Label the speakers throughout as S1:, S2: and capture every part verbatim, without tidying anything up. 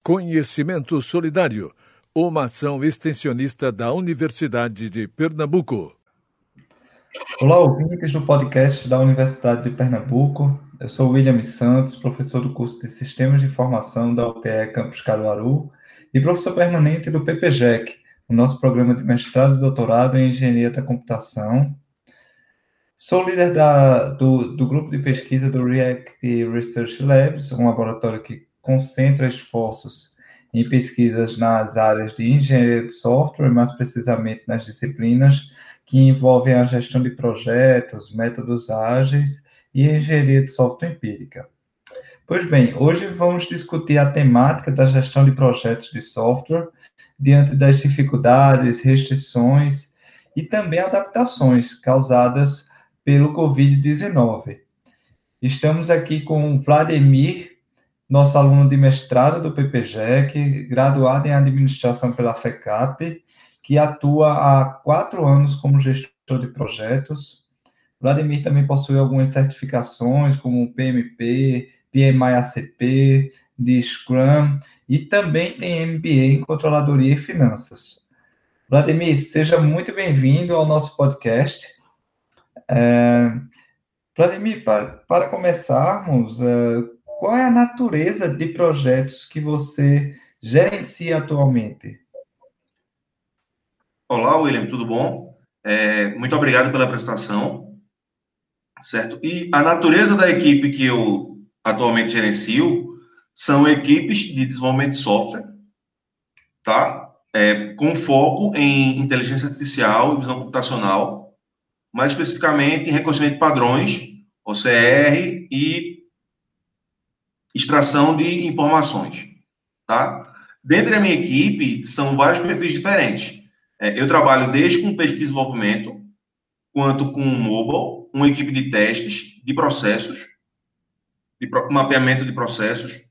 S1: Conhecimento Solidário, uma ação extensionista da Universidade de Pernambuco.
S2: Olá, ouvintes do podcast da Universidade de Pernambuco. Eu sou William Santos, professor do curso de Sistemas de Informação da U P E Campus Caruaru e professor permanente do P P G E C, o nosso programa de mestrado e doutorado em Engenharia da Computação. Sou líder da, do, do grupo de pesquisa do React Research Labs, um laboratório que concentra esforços em pesquisas nas áreas de engenharia de software, mais precisamente nas disciplinas que envolvem a gestão de projetos, métodos ágeis e engenharia de software empírica. Pois bem, hoje vamos discutir a temática da gestão de projetos de software diante das dificuldades, restrições e também adaptações causadas pelo covid dezenove. Estamos aqui com o Vladimir, nosso aluno de mestrado do P P G E C, graduado em administração pela FECAP, que atua há quatro anos como gestor de projetos. Vladimir também possui algumas certificações, como P M P, P M I A C P, de Scrum, e também tem M B A em Controladoria e Finanças. Vladimir, seja muito bem-vindo ao nosso podcast. É... Vladimir, para, para começarmos, é, qual é a natureza de projetos que você gerencia atualmente?
S3: Olá, William, tudo bom? É, muito obrigado pela apresentação, certo? E a natureza da equipe que eu atualmente gerencio são equipes de desenvolvimento de software, tá? É, com foco em inteligência artificial e visão computacional, mais especificamente em reconhecimento de padrões, O C R, e extração de informações, tá? Dentro da minha equipe, são vários perfis diferentes. Eu trabalho desde com pesquisa e desenvolvimento, quanto com mobile, uma equipe de testes, de processos, de mapeamento de processos,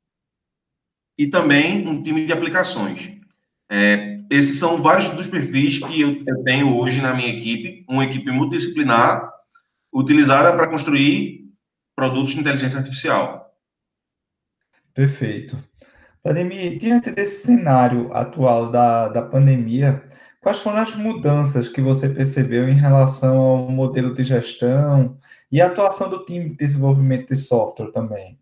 S3: e também um time de aplicações. É, esses são vários dos perfis que eu, eu tenho hoje na minha equipe, uma equipe multidisciplinar, utilizada para construir produtos de inteligência artificial.
S2: Perfeito. Vladimir, diante desse cenário atual da, da pandemia, quais foram as mudanças que você percebeu em relação ao modelo de gestão e a atuação do time de desenvolvimento de software também?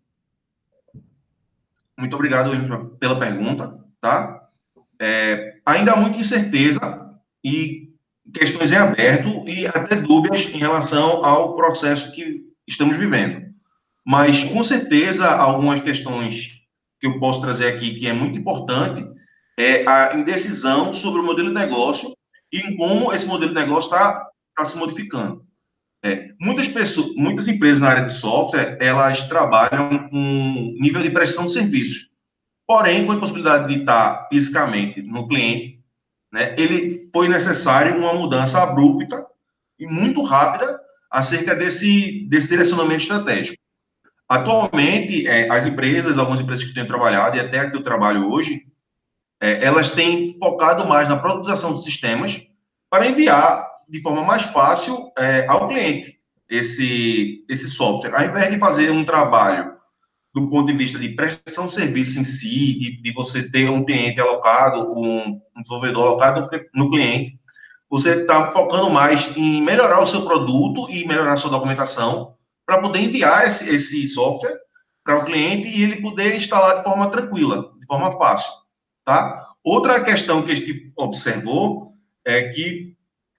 S3: Muito obrigado pela pergunta, tá? É, ainda há muita incerteza e questões em aberto e até dúvidas em relação ao processo que estamos vivendo. Mas, com certeza, algumas questões que eu posso trazer aqui, que é muito importante, é a indecisão sobre o modelo de negócio e em como esse modelo de negócio está tá se modificando. É, muitas pessoas, muitas empresas na área de software, elas trabalham com nível de prestação de serviços. Porém, com a possibilidade de estar fisicamente no cliente, né, ele foi necessário uma mudança abrupta e muito rápida acerca desse, desse direcionamento estratégico. Atualmente, é, as empresas, algumas empresas que tenho trabalhado, e até a que eu trabalho hoje, é, elas têm focado mais na produtização de sistemas para enviar de forma mais fácil é, ao cliente esse, esse software. Ao invés de fazer um trabalho do ponto de vista de prestação de serviço em si, de, de você ter um cliente alocado, um, um desenvolvedor alocado no cliente, você está focando mais em melhorar o seu produto e melhorar a sua documentação para poder enviar esse, esse software para o cliente e ele poder instalar de forma tranquila, de forma fácil, tá? Outra questão que a gente observou é que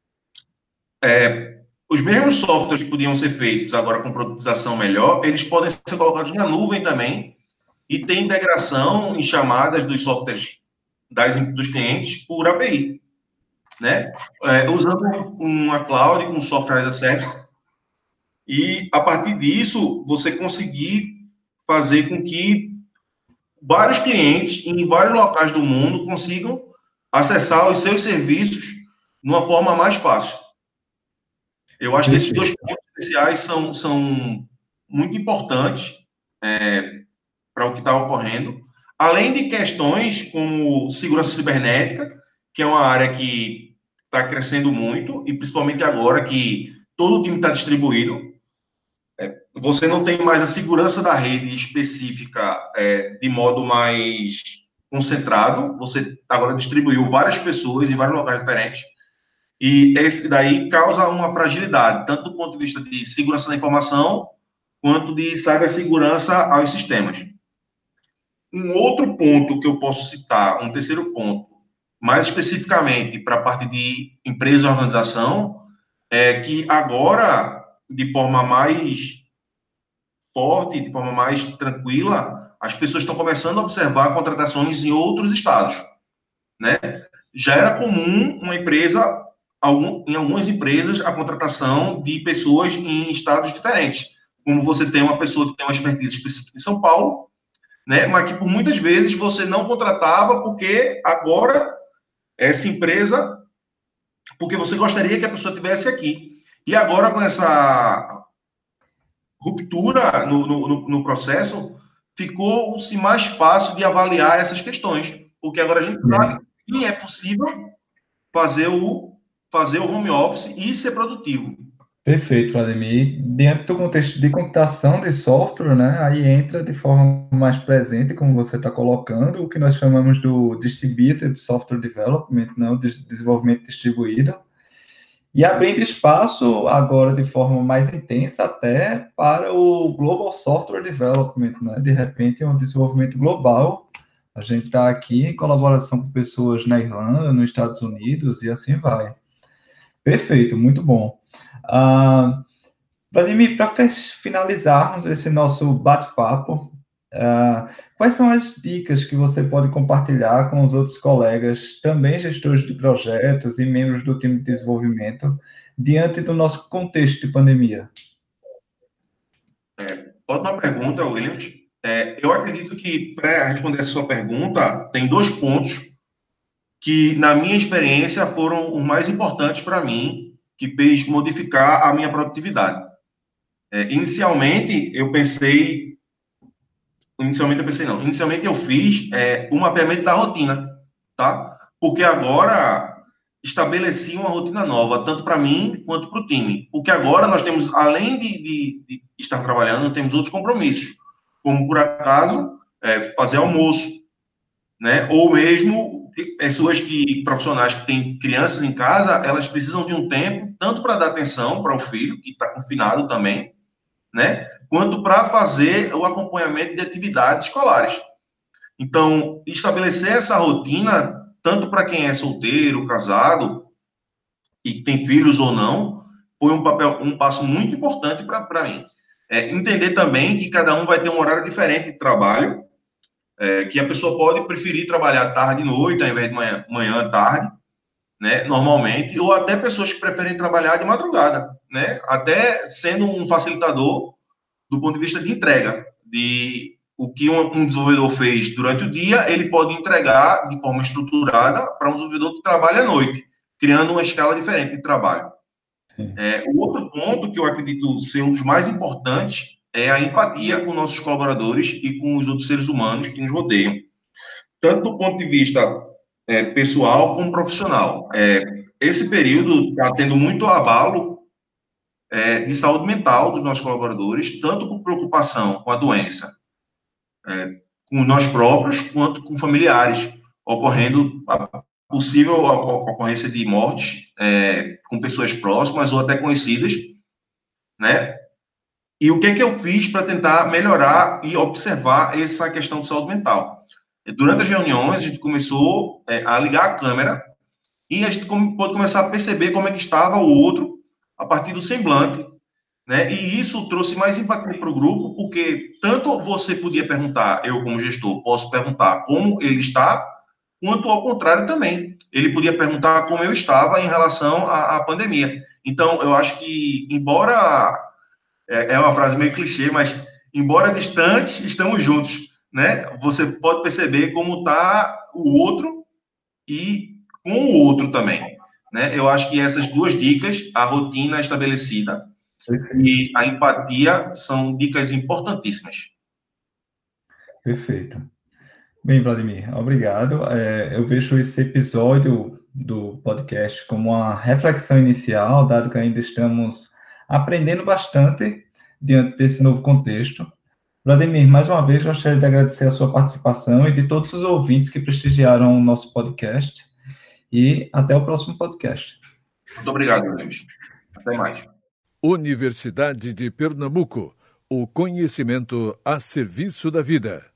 S3: é, os mesmos softwares que podiam ser feitos agora com produtização melhor, eles podem ser colocados na nuvem também e ter integração em chamadas dos softwares das, dos clientes por A P I, né? É, usando uma cloud com software as a service e, a partir disso, você conseguir fazer com que vários clientes em vários locais do mundo consigam acessar os seus serviços de uma forma mais fácil. Eu acho que esses dois pontos especiais são, são muito importantes é, para o que está ocorrendo, além de questões como segurança cibernética, que é uma área que está crescendo muito, e principalmente agora que todo o time está distribuído, é, você não tem mais a segurança da rede específica é, de modo mais concentrado, você agora distribuiu várias pessoas em vários locais diferentes, e esse daí causa uma fragilidade, tanto do ponto de vista de segurança da informação, quanto de cibersegurança aos sistemas. Um outro ponto que eu posso citar, um terceiro ponto, mais especificamente para a parte de empresa e organização, é que agora, de forma mais forte, de forma mais tranquila, as pessoas estão começando a observar contratações em outros estados, né? Já era comum uma empresa, algum, em algumas empresas, a contratação de pessoas em estados diferentes, como você tem uma pessoa que tem uma expertise específica em São Paulo, né? Mas que por muitas vezes você não contratava porque agora essa empresa, porque você gostaria que a pessoa estivesse aqui. E agora com essa ruptura no, no, no processo, ficou-se mais fácil de avaliar essas questões, porque agora a gente sabe que sim, é possível fazer o, fazer o home office e ser produtivo.
S2: Perfeito, Vladimir. Dentro do contexto de computação de software, né, aí entra de forma mais presente, como você está colocando, o que nós chamamos do Distributed Software Development, né, o desenvolvimento distribuído, e abrindo espaço agora de forma mais intensa até para o Global Software Development, né, de repente é um desenvolvimento global. A gente está aqui em colaboração com pessoas na Irlanda, nos Estados Unidos, e assim vai. Perfeito, muito bom. Uh, Vladimir, para finalizarmos esse nosso bate-papo, uh, quais são as dicas que você pode compartilhar com os outros colegas, também gestores de projetos e membros do time de desenvolvimento, diante do nosso contexto de pandemia?
S3: É, ótima pergunta, Williams. É, eu acredito que, para responder essa sua pergunta, tem dois pontos que, na minha experiência, foram os mais importantes para mim, que fez modificar a minha produtividade. É, inicialmente, eu pensei... Inicialmente, eu pensei não. Inicialmente, eu fiz é, um mapeamento da rotina, tá? Porque agora estabeleci uma rotina nova, tanto para mim quanto para o time. Porque agora nós temos, além de, de, de estar trabalhando, temos outros compromissos, como, por acaso, é, fazer almoço, né? Ou mesmo pessoas que, profissionais que têm crianças em casa, elas precisam de um tempo, tanto para dar atenção para o filho, que está confinado também, né? Quanto para fazer o acompanhamento de atividades escolares. Então, estabelecer essa rotina, tanto para quem é solteiro, casado, e tem filhos ou não, foi um, papel, um passo muito importante para mim. É, entender também que cada um vai ter um horário diferente de trabalho, é, que a pessoa pode preferir trabalhar tarde e noite, ao invés de manhã, manhã tarde, né, normalmente, ou até pessoas que preferem trabalhar de madrugada, né, até sendo um facilitador do ponto de vista de entrega, de o que um, um desenvolvedor fez durante o dia, ele pode entregar de forma estruturada para um desenvolvedor que trabalha à noite, criando uma escala diferente de trabalho. É, o outro ponto que eu acredito ser um dos mais importantes é a empatia com nossos colaboradores e com os outros seres humanos que nos rodeiam, tanto do ponto de vista é, pessoal como profissional. É, esse período está tendo muito abalo é, de saúde mental dos nossos colaboradores, tanto por preocupação com a doença, é, com nós próprios, quanto com familiares, ocorrendo a possível ocorrência de mortes é, com pessoas próximas ou até conhecidas, né? E o que é que eu fiz para tentar melhorar e observar essa questão de saúde mental? Durante as reuniões, a gente começou é, a ligar a câmera e a gente pôde começar a perceber como é que estava o outro a partir do semblante, né? E isso trouxe mais empatia para o grupo, porque tanto você podia perguntar, eu como gestor, posso perguntar como ele está, quanto ao contrário também. Ele podia perguntar como eu estava em relação à, à pandemia. Então, eu acho que, embora... É, é uma frase meio clichê, mas, embora distantes, estamos juntos, né? Você pode perceber como está o outro e com o outro também, né? Eu acho que essas duas dicas, a rotina estabelecida e a empatia, são dicas importantíssimas.
S2: Perfeito. Bem, Vladimir, obrigado. É, eu vejo esse episódio do podcast como uma reflexão inicial, dado que ainda estamos aprendendo bastante diante desse novo contexto. Vladimir, mais uma vez gostaria de agradecer a sua participação e de todos os ouvintes que prestigiaram o nosso podcast. E até o próximo podcast.
S3: Muito obrigado, Williams. Até mais.
S1: Universidade de Pernambuco. O conhecimento a serviço da vida.